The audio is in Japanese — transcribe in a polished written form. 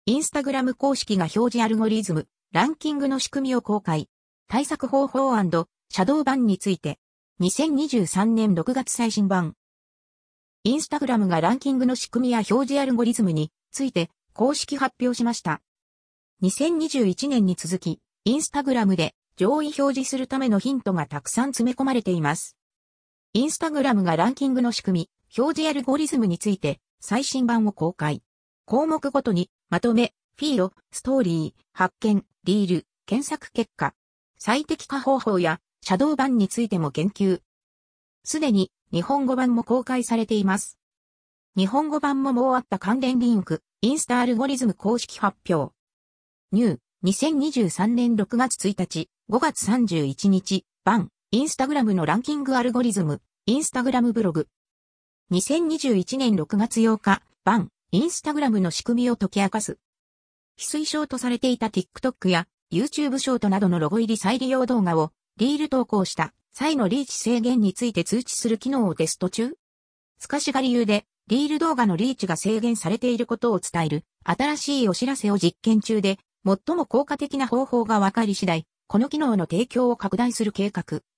インスタグラム公式が表示アルゴリズム、ランキングの仕組みを公開。対策方法&シャドーバンについて。2023年6月最新版。インスタグラムがランキングの仕組みや表示アルゴリズムについて公式発表しました。2021年に続き、インスタグラムで上位表示するためのヒントがたくさん詰め込まれています。インスタグラムがランキングの仕組み、表示アルゴリズムについて最新版を公開。項目ごとにまとめ、フィード、ストーリー、発見、リール、検索結果、最適化方法やシャドーバンについても言及。すでに日本語版も公開されています。日本語版ももうあった関連リンク、インスタアルゴリズム公式発表。ニュー、2023年6月1日、5月31日、版、インスタグラムのランキングアルゴリズム、インスタグラムブログ。2021年6月8日、版、インスタグラムの仕組みを解き明かす。非推奨とされていた TikTok や YouTube ショートなどのロゴ入り再利用動画をリール投稿した際のリーチ制限について通知する機能をテスト中。透かしが理由でリール動画のリーチが制限されていることを伝える新しいお知らせを実験中で最も効果的な方法が分かり次第、この機能の提供を拡大する計画。